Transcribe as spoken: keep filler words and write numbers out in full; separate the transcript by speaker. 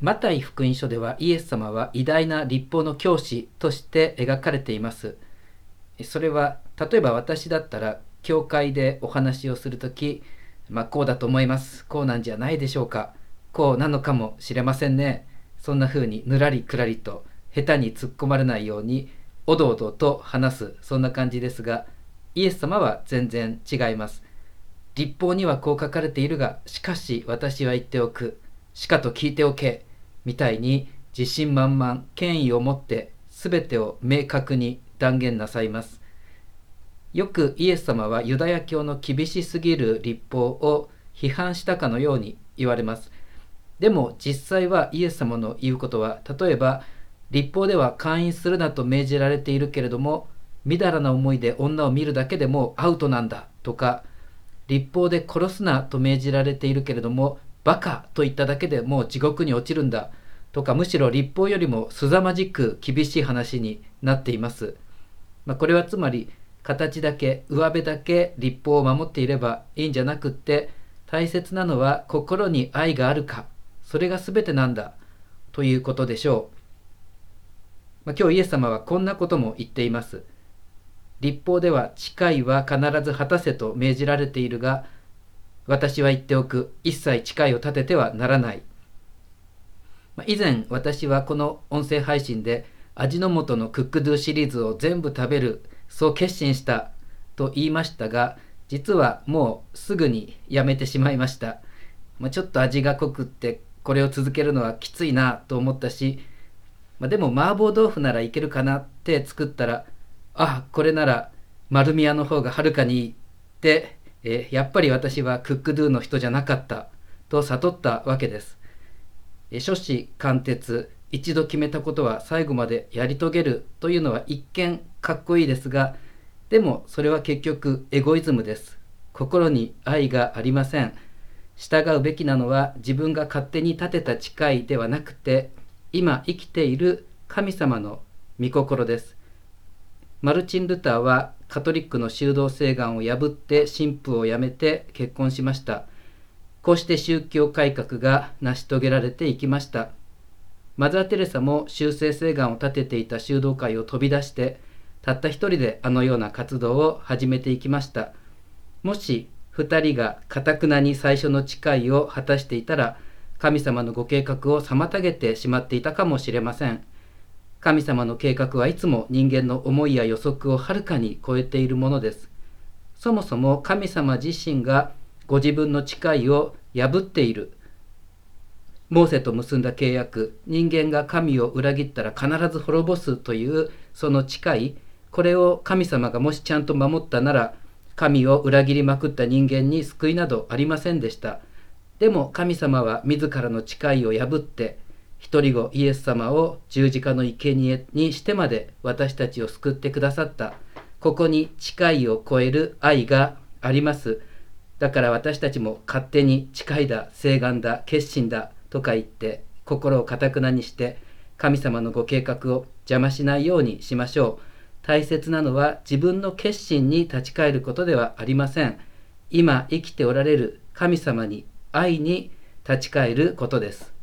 Speaker 1: マタイ福音書ではイエス様は偉大な律法の教師として描かれています。それは例えば私だったら教会でお話をするとき、まあこうだと思います、こうなんじゃないでしょうか、こうなのかもしれませんね、そんな風にぬらりくらりと下手に突っ込まれないようにおどおどと話す、そんな感じですが、イエス様は全然違います。律法にはこう書かれているが、しかし私は言っておく、しかと聞いておけみたいに自信満々、権威を持って全てを明確に断言なさいます。よくイエス様はユダヤ教の厳しすぎる律法を批判したかのように言われます。でも実際はイエス様の言うことは、例えば律法では姦淫するなと命じられているけれども、みだらな思いで女を見るだけでもアウトなんだとか、律法で殺すなと命じられているけれども、バカと言っただけでもう地獄に落ちるんだとか、むしろ律法よりも凄まじく厳しい話になっています。まあ、これはつまり形だけ、上辺だけ律法を守っていればいいんじゃなくって、大切なのは心に愛があるか、それが全てなんだということでしょう。まあ、今日イエス様はこんなことも言っています。律法では誓いは必ず果たせと命じられているが、私は言っておく、一切誓いを立ててはならない。以前私はこの音声配信で味の素のクックドゥシリーズを全部食べる、そう決心したと言いましたが、実はもうすぐにやめてしまいました。まあ、ちょっと味が濃くってこれを続けるのはきついなと思ったし、まあ、でも麻婆豆腐ならいけるかなって作ったら、あ、これなら丸宮の方がはるかにいいって、えやっぱり私はクックドゥの人じゃなかったと悟ったわけです。え初志貫徹、一度決めたことは最後までやり遂げるというのは一見かっこいいですが、でもそれは結局エゴイズムです。心に愛がありません。従うべきなのは自分が勝手に立てた誓いではなくて、今生きている神様の御心です。マルチン・ルターはカトリックの修道誓願を破って神父を辞めて結婚しました。こうして宗教改革が成し遂げられていきました。マザー・テレサも修正誓願を立てていた修道会を飛び出して、たった一人であのような活動を始めていきました。もし二人が堅くなに最初の誓いを果たしていたら、神様のご計画を妨げてしまっていたかもしれません。神様の計画はいつも人間の思いや予測をはるかに超えているものです。そもそも神様自身がご自分の誓いを破っている。モーセと結んだ契約、人間が神を裏切ったら必ず滅ぼすというその誓い、これを神様がもしちゃんと守ったなら、神を裏切りまくった人間に救いなどありませんでした。でも神様は自らの誓いを破って、一人子イエス様を十字架の生贄にしてまで私たちを救ってくださった。ここに誓いを超える愛があります。だから私たちも勝手に誓いだ、誓願だ、決心だとか言って心を堅くなにして神様のご計画を邪魔しないようにしましょう。大切なのは自分の決心に立ち返ることではありません。今生きておられる神様に、愛に立ち返ることです。